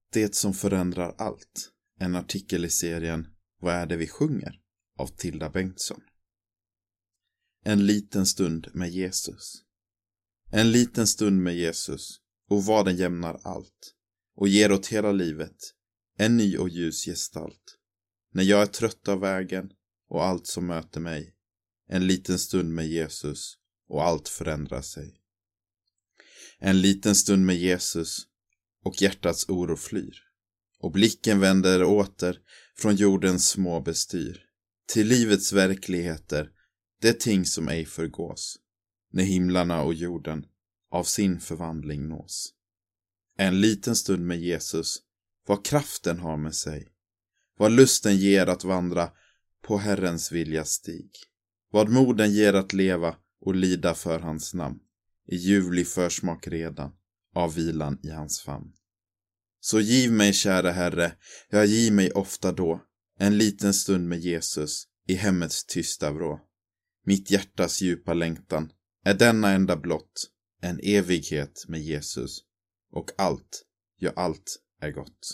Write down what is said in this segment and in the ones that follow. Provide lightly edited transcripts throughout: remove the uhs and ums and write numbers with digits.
Det som förändrar allt. En artikel i serien Vad är det vi sjunger? Av Tilda Bengtsson. En liten stund med Jesus. En liten stund med Jesus, och vad den jämnar allt och ger åt hela livet en ny och ljus gestalt. När jag är trött av vägen och allt som möter mig, en liten stund med Jesus och allt förändrar sig. En liten stund med Jesus och hjärtats oro flyr, och blicken vänder åter från jordens små bestyr till livets verkligheter, det ting som ej förgås, när himlarna och jorden av sin förvandling nås. En liten stund med Jesus, vad kraften har med sig, vad lusten ger att vandra på Herrens viljas stig, vad moden ger att leva och lida för hans namn, i ljuvlig försmak redan av vilan i hans famn. Så giv mig, kära Herre, jag giv mig ofta då, en liten stund med Jesus i hemmets tysta vrå. Mitt hjärtas djupa längtan är denna enda blott, en evighet med Jesus, och allt, ja allt är gott.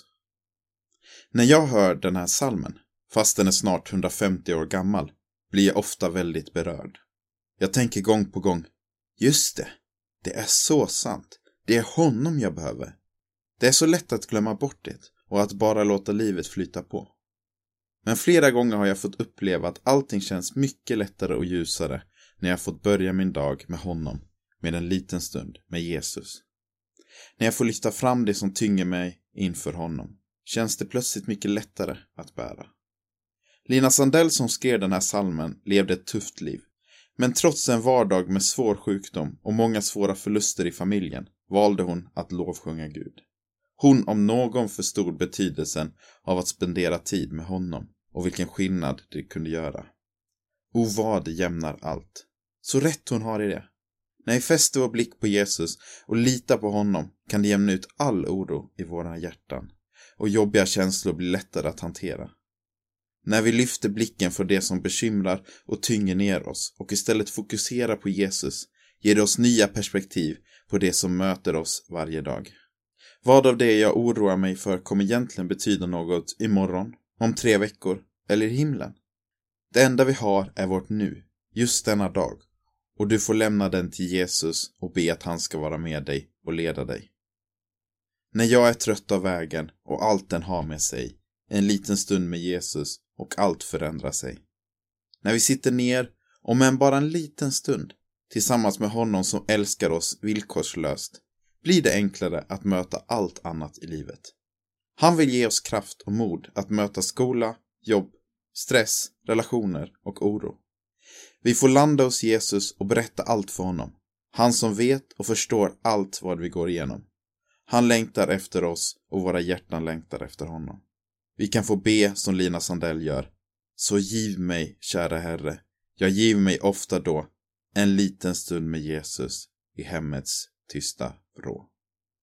När jag hör den här psalmen, fast den är snart 150 år gammal, blir jag ofta väldigt berörd. Jag tänker gång på gång, just det är så sant, det är honom jag behöver. Det är så lätt att glömma bort det och att bara låta livet flyta på. Men flera gånger har jag fått uppleva att allting känns mycket lättare och ljusare när jag fått börja min dag med honom, med en liten stund med Jesus. När jag får lyfta fram det som tynger mig inför honom, känns det plötsligt mycket lättare att bära. Lina Sandell, som skrev den här psalmen, levde ett tufft liv. Men trots en vardag med svår sjukdom och många svåra förluster i familjen valde hon att lovsjunga Gud. Hon om någon förstod betydelsen av att spendera tid med honom och vilken skillnad det kunde göra. O, vad det jämnar allt. Så rätt hon har i det. När vi fäster vår blick på Jesus och litar på honom kan det jämna ut all oro i våra hjärtan, och jobbiga känslor blir lättare att hantera. När vi lyfter blicken för det som bekymrar och tynger ner oss och istället fokuserar på Jesus, ger det oss nya perspektiv på det som möter oss varje dag. Vad av det jag oroar mig för kommer egentligen betyda något imorgon, om 3 veckor eller i himlen? Det enda vi har är vårt nu, just denna dag, och du får lämna den till Jesus och be att han ska vara med dig och leda dig. När jag är trött av vägen och allt den har med sig, en liten stund med Jesus och allt förändrar sig. När vi sitter ner, om än bara en liten stund, tillsammans med honom som älskar oss villkorslöst, blir det enklare att möta allt annat i livet. Han vill ge oss kraft och mod att möta skola, jobb, stress, relationer och oro. Vi får landa hos Jesus och berätta allt för honom. Han som vet och förstår allt vad vi går igenom. Han längtar efter oss och våra hjärtan längtar efter honom. Vi kan få be som Lina Sandell gör. Så giv mig, kära Herre, jag giv mig ofta då, en liten stund med Jesus i hemmets tysta vrå.